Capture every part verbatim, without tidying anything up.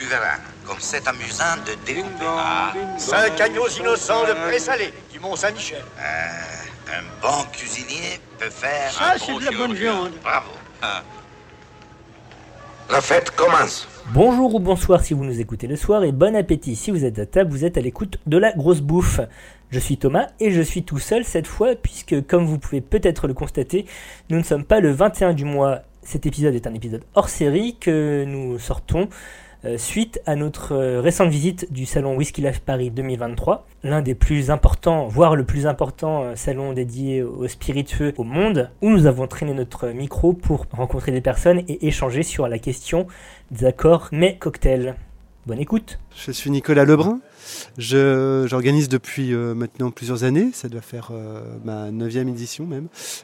verras, comme c'est amusant de découper. Ah, Cinq agneaux innocents de Pré-Salé, du Mont-Saint-Michel. euh, un bon cuisinier peut faire Ça, un c'est bon de la bonne chirurgien. viande. Bravo. Ah. La fête commence. Bonjour ou bonsoir si vous nous écoutez le soir et bon appétit si vous êtes à table, vous êtes à l'écoute de la grosse bouffe. Je suis Thomas et je suis tout seul cette fois puisque comme vous pouvez peut-être le constater, nous ne sommes pas le vingt et un du mois. Cet épisode est un épisode hors série que nous sortons euh, suite à notre euh, récente visite du salon Whisky Life Paris deux mille vingt-trois, l'un des plus importants, voire le plus important euh, salon dédié aux spiritueux au monde, où nous avons traîné notre micro pour rencontrer des personnes et échanger sur la question des accords mets cocktails. Bonne écoute. Je suis Nicolas Lebrun. Je, j'organise depuis euh, maintenant plusieurs années, ça doit faire euh, ma neuvième édition même,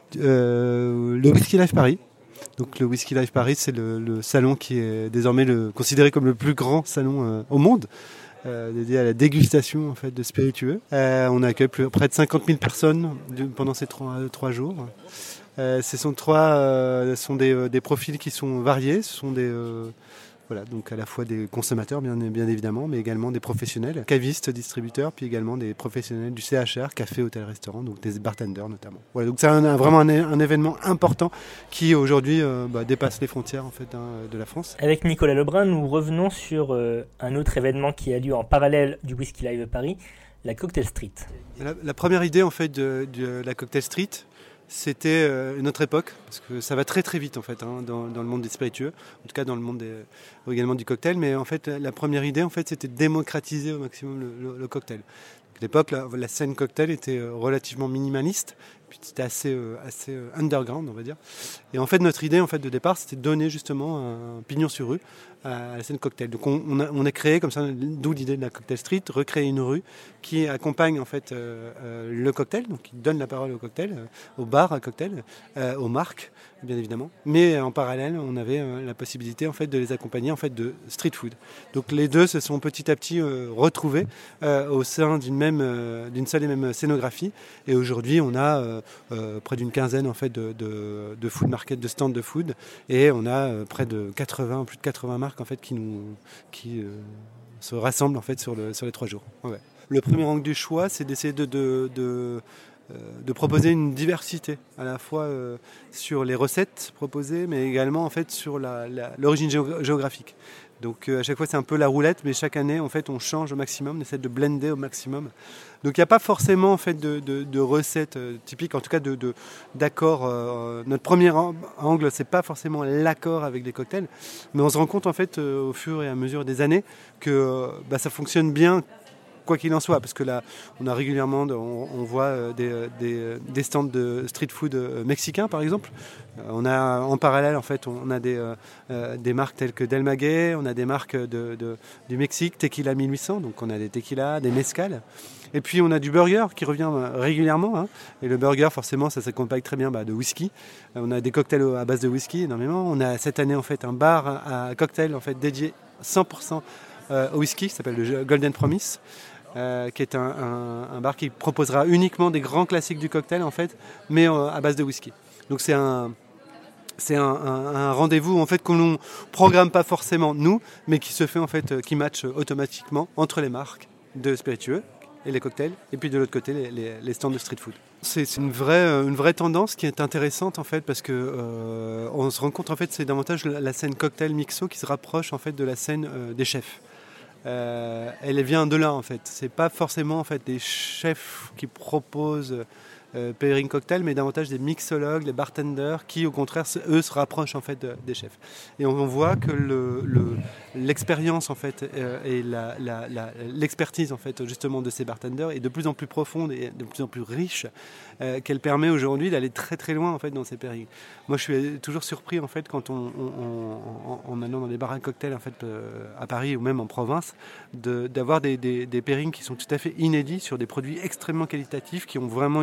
euh, le Whisky Life Paris. Donc le Whisky Life Paris, c'est le, le salon qui est désormais le, considéré comme le plus grand salon euh, au monde, euh, dédié à la dégustation en fait, de spiritueux. Euh, on accueille plus, près de cinquante mille personnes de, pendant ces trois, trois jours. Euh, ce sont, trois, euh, sont des, des profils qui sont variés, ce sont des... Euh, Voilà, donc à la fois des consommateurs bien, bien évidemment, mais également des professionnels, cavistes, distributeurs, puis également des professionnels du C H R, café, hôtel, restaurant, donc des bartenders notamment. Voilà, donc c'est un, un, vraiment un, un événement important qui aujourd'hui euh, bah, dépasse les frontières en fait hein, de la France. Avec Nicolas Lebrun, nous revenons sur euh, un autre événement qui a lieu en parallèle du Whisky Live Paris, la Cocktail Street. La, la première idée en fait de, de la Cocktail Street, c'était euh, notre époque, parce que ça va très très vite en fait hein, dans, dans le monde des spiritueux, en tout cas dans le monde des, euh, également du cocktail. Mais en fait, la première idée en fait, c'était de démocratiser au maximum le, le, le cocktail. Donc, à l'époque, la, la scène cocktail était euh, relativement minimaliste, puis c'était assez euh, assez euh, underground, on va dire. Et en fait, notre idée en fait de départ, c'était de donner justement un pignon sur rue à la scène cocktail. Donc on, on, a, on a créé comme ça, d'où l'idée de la Cocktail Street, recréer une rue qui accompagne en fait euh, euh, le cocktail, donc qui donne la parole au cocktail, euh, au bar à cocktail, euh, aux marques bien évidemment. Mais en parallèle, on avait euh, la possibilité en fait de les accompagner en fait de street food. Donc les deux se sont petit à petit euh, retrouvés euh, au sein d'une même, euh, d'une seule et même scénographie. Et aujourd'hui, on a euh, euh, près d'une quinzaine en fait de, de, de food market, de stands de food, et on a euh, près de quatre-vingts, plus de quatre-vingts marques en fait qui nous, qui euh, se rassemblent en fait sur le, sur les trois jours. Ouais. Le premier angle du choix, c'est d'essayer de, de, de de proposer une diversité à la fois euh, sur les recettes proposées, mais également en fait sur la, la, l'origine géo- géographique. Donc euh, à chaque fois c'est un peu la roulette, mais chaque année en fait on change au maximum, on essaie de blender au maximum. Donc il n'y a pas forcément en fait de, de, de recettes euh, typiques, en tout cas de, de d'accords. Euh, notre premier angle c'est pas forcément l'accord avec des cocktails, mais on se rend compte en fait euh, au fur et à mesure des années que euh, bah, ça fonctionne bien. Quoi qu'il en soit, parce que là, on a régulièrement, on, on voit des, des, des stands de street food mexicains, par exemple. On a en parallèle, en fait, on a des, euh, des marques telles que Del Maguey, on a des marques de, de, du Mexique, Tequila mille huit cents, donc on a des tequilas, des mezcal. Et puis on a du burger qui revient régulièrement, hein. Et le burger, forcément, ça s'accompagne très bien bah, de whisky. On a des cocktails à base de whisky énormément. On a cette année, en fait, un bar à cocktail en fait dédié cent pour cent au whisky, qui s'appelle le Golden Promise. Euh, qui est un, un, un bar qui proposera uniquement des grands classiques du cocktail en fait, mais euh, à base de whisky. Donc c'est un c'est un, un, un rendez-vous en fait que l'on programme pas forcément nous, mais qui se fait en fait, euh, qui match automatiquement entre les marques de spiritueux et les cocktails, et puis de l'autre côté les, les, les stands de street food. C'est, c'est une vraie une vraie tendance qui est intéressante en fait parce que euh, on se rend compte en fait c'est davantage la, la scène cocktail mixo qui se rapproche en fait de la scène euh, des chefs. Euh, elle vient de là en fait. C'est pas forcément en fait des chefs qui proposent euh, pairing cocktail, mais davantage des mixologues, des bartenders qui au contraire eux se rapprochent en fait de, des chefs. Et on, on voit que le, le, l'expérience en fait euh, et la, la, la, l'expertise en fait justement de ces bartenders est de plus en plus profonde et de plus en plus riche, euh, qu'elle permet aujourd'hui d'aller très très loin en fait dans ces pairings. Moi je suis toujours surpris en fait quand on, on, on, en allant dans des bars à cocktails en fait euh, à Paris ou même en province, de, d'avoir des, des, des pairings qui sont tout à fait inédits sur des produits extrêmement qualitatifs qui ont vraiment une source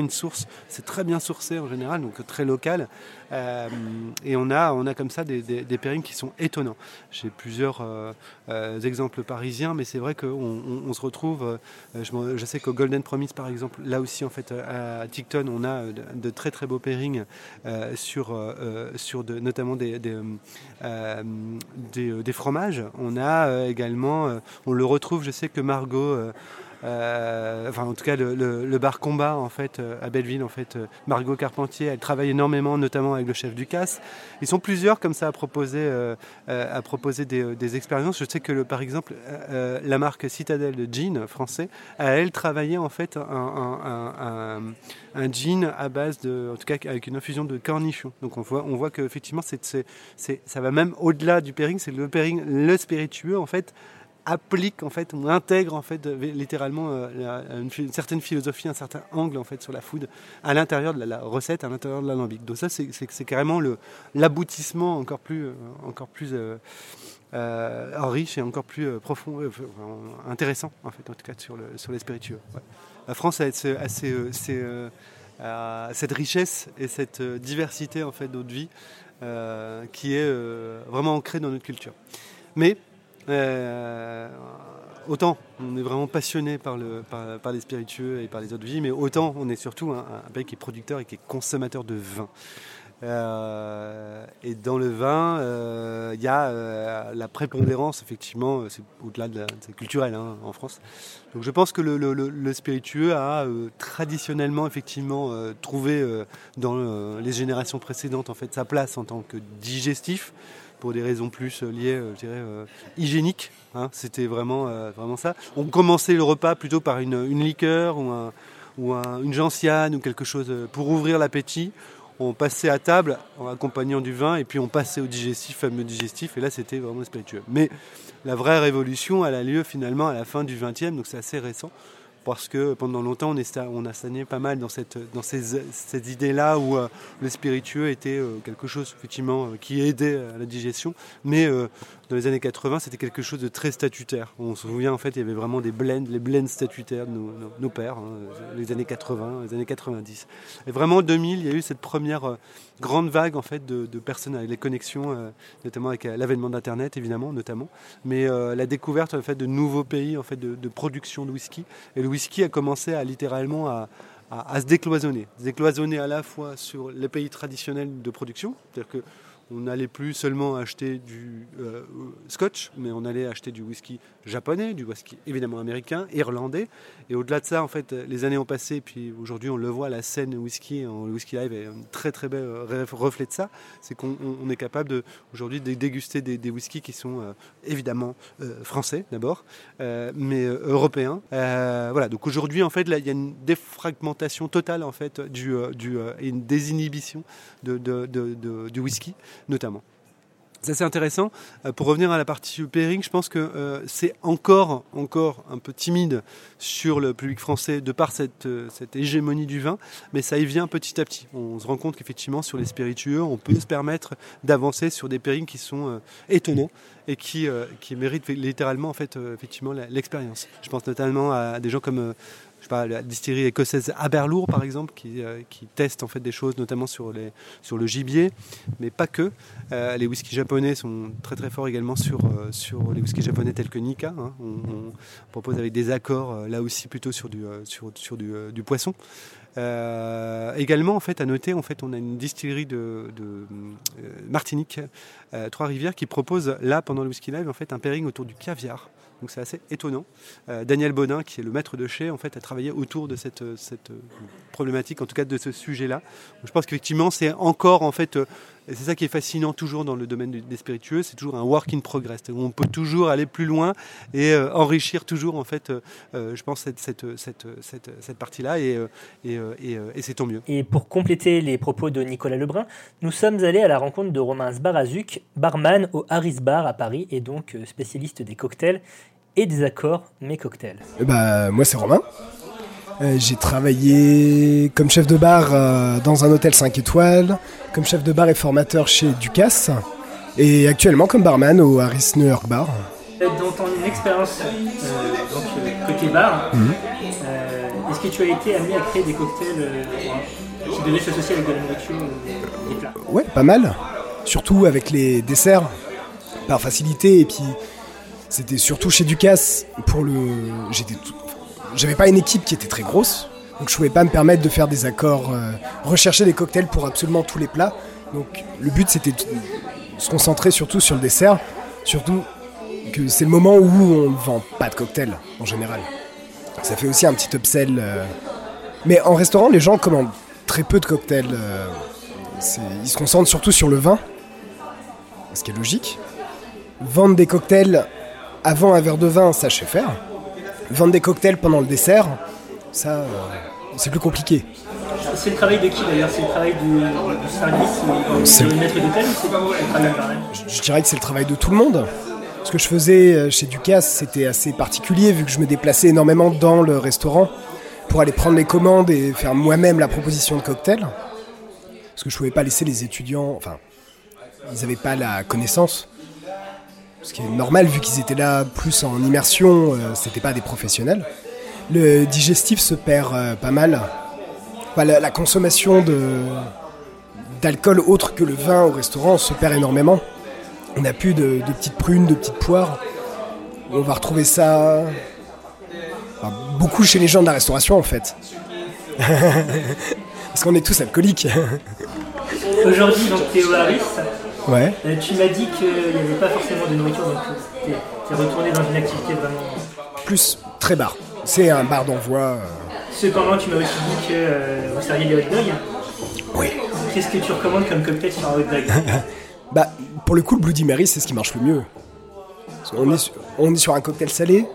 source, c'est très bien sourcé en général, donc très local. Euh, et on a, on a comme ça des, des, des pairings qui sont étonnants. J'ai plusieurs euh, euh, exemples parisiens, mais c'est vrai qu'on on, on se retrouve, euh, je, je sais qu'au Golden Promise par exemple, là aussi en fait à Tickton, on a de, de très très beaux pairings euh, sur, euh, sur de, notamment des, des, euh, des, des fromages. On a euh, également, euh, on le retrouve, je sais que Margot... Euh, Euh, enfin en tout cas le, le, le bar combat en fait euh, à Belleville en fait euh, Margot Carpentier, elle travaille énormément notamment avec le chef Ducasse. Ils sont plusieurs comme ça à proposer euh, euh, à proposer des, des expériences. Je sais que le, par exemple euh, la marque Citadel de jean français a elle travaillé en fait un, un, un, un, un jean à base de, en tout cas avec une infusion de cornichons. Donc on voit on voit que effectivement c'est, c'est, c'est, ça va même au-delà du pairing, c'est le pairing, le spiritueux en fait applique en fait, on intègre en fait littéralement euh, une, une certaine philosophie, un certain angle en fait sur la food à l'intérieur de la, la recette, à l'intérieur de l'alambic. Donc ça c'est, c'est, c'est carrément le, l'aboutissement encore plus, euh, encore plus euh, euh, riche et encore plus euh, profond, euh, intéressant en fait en tout cas sur, le, sur les spiritueux. Ouais. La France a assez, assez, euh, c'est, euh, a cette richesse et cette euh, diversité en fait d'eau de vie euh, qui est euh, vraiment ancrée dans notre culture. Mais Euh, autant on est vraiment passionné par, le, par, par les spiritueux et par les eaux de vie, mais autant on est surtout un, un pays qui est producteur et qui est consommateur de vin. Euh, et dans le vin, il euh, y a euh, la prépondérance, effectivement, c'est au-delà de la, c'est culturel hein, en France. Donc je pense que le, le, le spiritueux a euh, traditionnellement, effectivement, euh, trouvé euh, dans euh, les générations précédentes en fait sa place en tant que digestif, pour des raisons plus liées, euh, je dirais, euh, hygiéniques. Hein, c'était vraiment, euh, vraiment ça. On commençait le repas plutôt par une, une liqueur ou, un, ou un, une gentiane ou quelque chose pour ouvrir l'appétit. On passait à table en accompagnant du vin et puis on passait au digestif, fameux digestif. Et là, c'était vraiment spiritueux. Mais la vraie révolution, elle a lieu finalement à la fin du vingtième, donc c'est assez récent. Parce que pendant longtemps, on, est, on a stagné pas mal dans, cette, dans ces, ces idées-là où euh, le spiritueux était euh, quelque chose effectivement, euh, qui aidait à la digestion. Mais euh, dans les années quatre-vingts, c'était quelque chose de très statutaire. On se souvient, en fait, il y avait vraiment des blends, les blends statutaires de nos, nos, nos pères, hein, les années quatre-vingts, les années quatre-vingt-dix. Et vraiment, en deux mille, il y a eu cette première euh, grande vague en fait, de, de personnes avec les connexions, euh, notamment avec euh, l'avènement d'Internet, évidemment, notamment. Mais euh, la découverte en fait, de nouveaux pays en fait, de, de production de whisky. Et le whisky a commencé à littéralement à, à, à se décloisonner. Se décloisonner à la fois sur les pays traditionnels de production, c'est-à-dire que on n'allait plus seulement acheter du euh, scotch, mais on allait acheter du whisky japonais, du whisky évidemment américain, irlandais. Et au-delà de ça, en fait, les années ont passé, puis aujourd'hui on le voit, la scène whisky, le Whisky Live est un très très bel reflet de ça. C'est qu'on on est capable de, aujourd'hui de déguster des, des whiskies qui sont euh, évidemment euh, français d'abord, euh, mais euh, européens. Euh, voilà, donc aujourd'hui en fait, là, il y a une défragmentation totale en fait du, euh, du euh, et une désinhibition de, de, de, de, du whisky notamment. Ça c'est intéressant. Euh, pour revenir à la partie pairing, je pense que euh, c'est encore, encore un peu timide sur le public français de par cette, euh, cette hégémonie du vin, mais ça y vient petit à petit. On se rend compte qu'effectivement sur les spiritueux, on peut se permettre d'avancer sur des pairings qui sont euh, étonnants et qui, euh, qui méritent littéralement en fait, euh, effectivement, la, l'expérience. Je pense notamment à des gens comme euh, je sais pas, la distillerie écossaise Aberlour par exemple qui, euh, qui teste en fait des choses notamment sur, les, sur le gibier, mais pas que. Euh, les whiskies japonais sont très très forts également sur, euh, sur les whiskies japonais tels que Nikka. Hein. On, on propose avec des accords euh, là aussi plutôt sur du, euh, sur, sur du, euh, du poisson. Euh, également en fait à noter en fait on a une distillerie de, de euh, Martinique, euh, Trois-Rivières, qui propose là pendant le Whisky Live en fait un pairing autour du caviar. Donc c'est assez étonnant. Euh, Daniel Bodin, qui est le maître de chez, en fait, a travaillé autour de cette, cette problématique, en tout cas de ce sujet-là. Donc, je pense qu'effectivement, c'est encore, en fait, euh, et c'est ça qui est fascinant toujours dans le domaine des spiritueux, c'est toujours un work in progress. On peut toujours aller plus loin et euh, enrichir toujours, en fait, euh, je pense, cette, cette, cette, cette, cette partie-là, et, euh, et, euh, et, euh, et c'est tant mieux. Et pour compléter les propos de Nicolas Lebrun, nous sommes allés à la rencontre de Romain Sbarazuk, barman au Harris Bar à Paris et donc spécialiste des cocktails et des accords mes cocktails. Bah, moi c'est Romain. Euh, j'ai travaillé comme chef de bar euh, dans un hôtel cinq étoiles, comme chef de bar et formateur chez Ducasse, et actuellement comme barman au Harris New York Bar. Dans ton expérience euh, donc, côté bar, mmh. euh, Est-ce que tu as été amené à créer des cocktails euh, qui devaient s'associer avec de la nourriture ou des plats? Ouais, pas mal. Surtout avec les desserts, par facilité. Et puis, c'était surtout chez Ducasse. Pour le... J'étais tout... J'avais pas une équipe qui était très grosse. Donc je pouvais pas me permettre de faire des accords, euh, rechercher des cocktails pour absolument tous les plats. Donc le but c'était de se concentrer surtout sur le dessert. Surtout que c'est le moment où on ne vend pas de cocktails en général. Ça fait aussi un petit upsell. Euh... Mais en restaurant, les gens commandent très peu de cocktails. Euh... C'est... Ils se concentrent surtout sur le vin, ce qui est logique. Vendre des cocktails avant un verre de vin, ça je sais faire. Vendre des cocktails pendant le dessert, ça, euh, c'est plus compliqué. C'est le travail de qui d'ailleurs? C'est le travail du, du service, c'est... du maître d'hôtel, ou c'est pas le travail de barman? je, je dirais que c'est le travail de tout le monde. Ce que je faisais chez Ducasse, c'était assez particulier vu que je me déplaçais énormément dans le restaurant pour aller prendre les commandes et faire moi-même la proposition de cocktail. Parce que je pouvais pas laisser les étudiants, enfin, ils n'avaient pas la connaissance. Ce qui est normal vu qu'ils étaient là plus en immersion, euh, c'était pas des professionnels. Le digestif se perd euh, pas mal. Enfin, la, la consommation de, d'alcool autre que le vin au restaurant se perd énormément. On n'a plus de, de petites prunes, de petites poires. On va retrouver ça enfin, beaucoup chez les gens de la restauration en fait. Parce qu'on est tous alcooliques. Aujourd'hui, donc, t'es au Harris. Ouais. Euh, tu m'as dit qu'il n'y avait pas forcément de nourriture, donc t'es, t'es retourné dans une activité vraiment... Plus très bar. C'est un bar d'envoi. Euh... Cependant, tu m'as aussi dit que euh, vous serviez des hot dogs. Oui. Qu'est-ce que tu recommandes comme cocktail sur un hot dog? Bah, pour le coup, le Bloody Mary, c'est ce qui marche le mieux. On est, sur, on est sur un cocktail salé,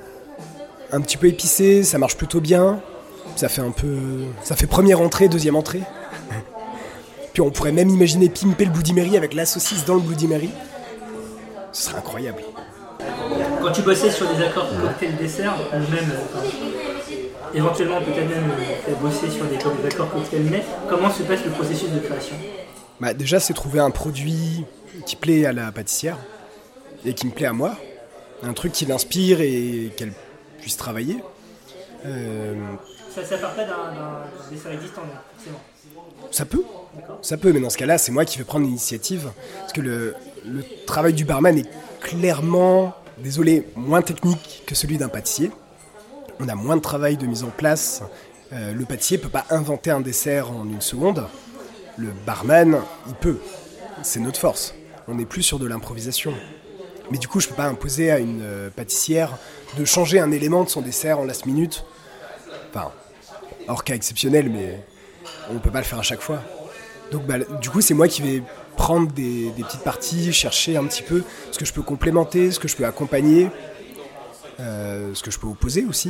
un petit peu épicé, ça marche plutôt bien. Ça fait un peu... Ça fait première entrée, deuxième entrée. Puis on pourrait même imaginer pimper le Bloody Mary avec la saucisse dans le Bloody Mary. Ce serait incroyable. Quand tu bossais sur des accords cocktail-dessert, ou même, euh, éventuellement peut-être même euh, bosser sur des, des accords cocktail-net, comment se passe le processus de création? Bah déjà, c'est trouver un produit qui plaît à la pâtissière et qui me plaît à moi. Un truc qui l'inspire et qu'elle puisse travailler. Euh... Ça ne part pas d'un, d'un dessert existant, donc, forcément. Ça peut, ça peut, mais dans ce cas-là, c'est moi qui vais prendre l'initiative. Parce que le, le travail du barman est clairement, désolé, moins technique que celui d'un pâtissier. On a moins de travail de mise en place. Euh, le pâtissier ne peut pas inventer un dessert en une seconde. Le barman, il peut. C'est notre force. On n'est plus sur de l'improvisation. Mais du coup, je ne peux pas imposer à une euh, pâtissière de changer un élément de son dessert en last minute. Enfin, hors cas exceptionnel, mais... on ne peut pas le faire à chaque fois. Donc bah, du coup, c'est moi qui vais prendre des, des petites parties, chercher un petit peu ce que je peux complémenter, ce que je peux accompagner, euh, ce que je peux opposer aussi.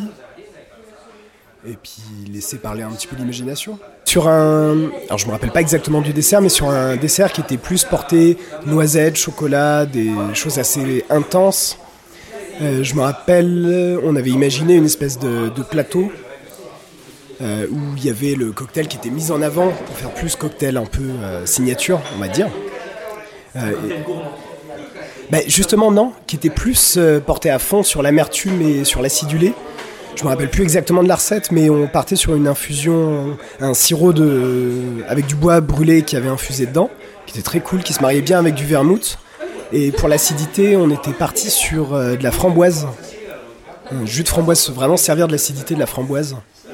Et puis laisser parler un petit peu l'imagination. Sur un... Alors je me rappelle pas exactement du dessert, mais sur un dessert qui était plus porté noisettes, chocolat, des choses assez intenses. Euh, je me rappelle, on avait imaginé une espèce de, de plateau Euh, où il y avait le cocktail qui était mis en avant pour faire plus cocktail un peu euh, signature, on va dire. Euh, et... bah, justement non, qui était plus euh, porté à fond sur l'amertume et sur l'acidulé. Je me rappelle plus exactement de la recette, mais on partait sur une infusion, un sirop de, avec du bois brûlé qui avait infusé dedans, qui était très cool, qui se mariait bien avec du vermouth. Et pour l'acidité, on était parti sur euh, de la framboise, un jus de framboise, vraiment servir de l'acidité de la framboise.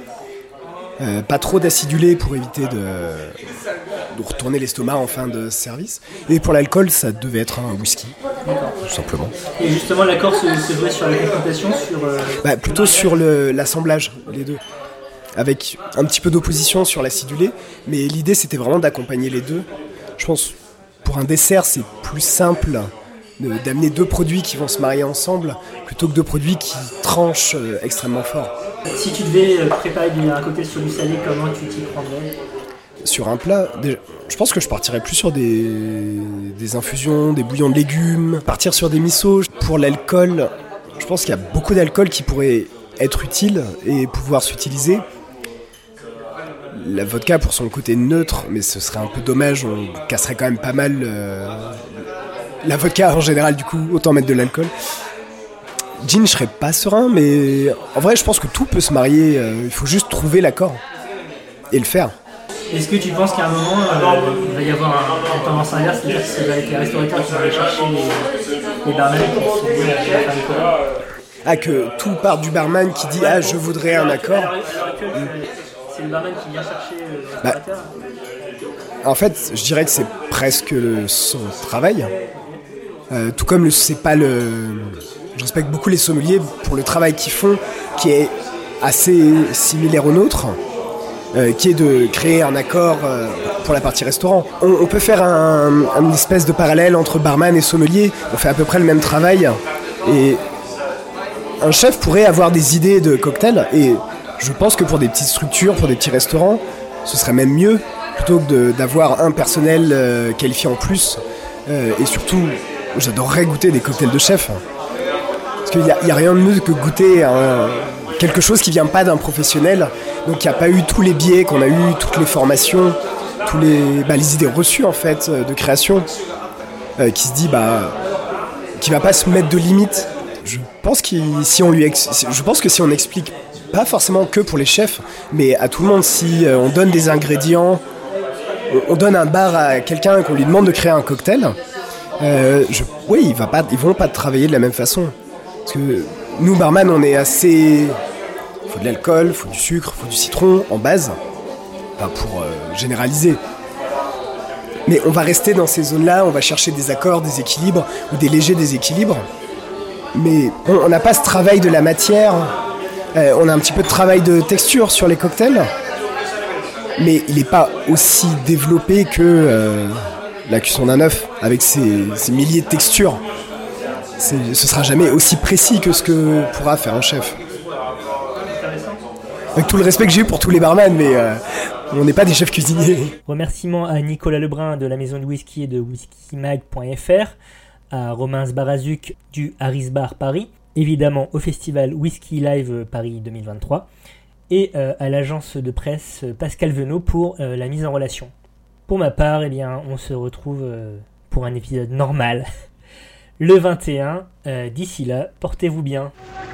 Euh, pas trop d'acidulé pour éviter de, de retourner l'estomac en fin de service. Et pour l'alcool, ça devait être un whisky, tout simplement. Et justement, l'accord se, se jouait sur la confrontation, sur... Euh... Bah, plutôt sur le, l'assemblage, les deux. Avec un petit peu d'opposition sur l'acidulé. Mais l'idée, c'était vraiment d'accompagner les deux. Je pense, pour un dessert, c'est plus simple de, d'amener deux produits qui vont se marier ensemble, plutôt que deux produits qui tranchent euh, extrêmement fort. Si tu devais préparer un cocktail sur du salé, comment tu t'y prendrais? Sur un plat, déjà, je pense que je partirais plus sur des, des infusions, des bouillons de légumes, partir sur des misos. Pour l'alcool, je pense qu'il y a beaucoup d'alcool qui pourrait être utile et pouvoir s'utiliser. La vodka pour son côté neutre, mais ce serait un peu dommage, on casserait quand même pas mal euh, la vodka en général, du coup, autant mettre de l'alcool. Gin, je serais pas serein, mais en vrai, je pense que tout peut se marier. Euh, il faut juste trouver l'accord et le faire. Est-ce que tu penses qu'à un moment, euh, il va y avoir un, une tendance inverse, c'est-à-dire que ça va être les restaurateurs qui vont aller chercher les, les barman pour se dire à la fin du commun? Ah, que tout part du barman qui dit « Ah, je voudrais un accord ». C'est le barman qui vient chercher le restaurateur. Bah, en fait, je dirais que c'est presque le, son travail. Euh, tout comme le, c'est pas le... Je respecte beaucoup les sommeliers pour le travail qu'ils font, qui est assez similaire au nôtre, euh, qui est de créer un accord euh, pour la partie restaurant. On, on peut faire un, un espèce de parallèle entre barman et sommelier. On fait à peu près le même travail. Et un chef pourrait avoir des idées de cocktails. Et je pense que pour des petites structures, pour des petits restaurants, ce serait même mieux, plutôt que de, d'avoir un personnel euh, qualifié en plus. Euh, et surtout, j'adorerais goûter des cocktails de chef. Parce qu'il n'y a, a rien de mieux que goûter un, quelque chose qui ne vient pas d'un professionnel. Donc il n'y a pas eu tous les biais qu'on a eu, toutes les formations, tous les, bah, les idées reçues en fait de création, euh, qui se dit bah, qui ne va pas se mettre de limites. Je pense, si on lui ex- je pense que si on explique, pas forcément que pour les chefs, mais à tout le monde, si euh, on donne des ingrédients, on, on donne un bar à quelqu'un et qu'on lui demande de créer un cocktail, euh, je, oui, il va pas, ils vont pas travailler de la même façon. Parce que nous, barman, on est assez... Il faut de l'alcool, il faut du sucre, il faut du citron en base, enfin, pour euh, généraliser. Mais on va rester dans ces zones-là, on va chercher des accords, des équilibres, ou des légers déséquilibres. Mais on n'a pas ce travail de la matière, euh, on a un petit peu de travail de texture sur les cocktails, mais il n'est pas aussi développé que euh, la cuisson d'un œuf, avec ses, ses milliers de textures. C'est, ce sera jamais aussi précis que ce que pourra faire un chef. Avec tout le respect que j'ai eu pour tous les barman, mais euh, on n'est pas des chefs cuisiniers. Remerciements à Nicolas Lebrun de la maison de whisky et de whisky mag point f r, à Romain Sbarazuc du Harris Bar Paris, évidemment au festival Whisky Live Paris deux mille vingt-trois, et euh, à l'agence de presse Pascal Venot pour euh, la mise en relation. Pour ma part, eh bien, on se retrouve euh, pour un épisode normal le vingt et un. Euh, d'ici là, portez-vous bien.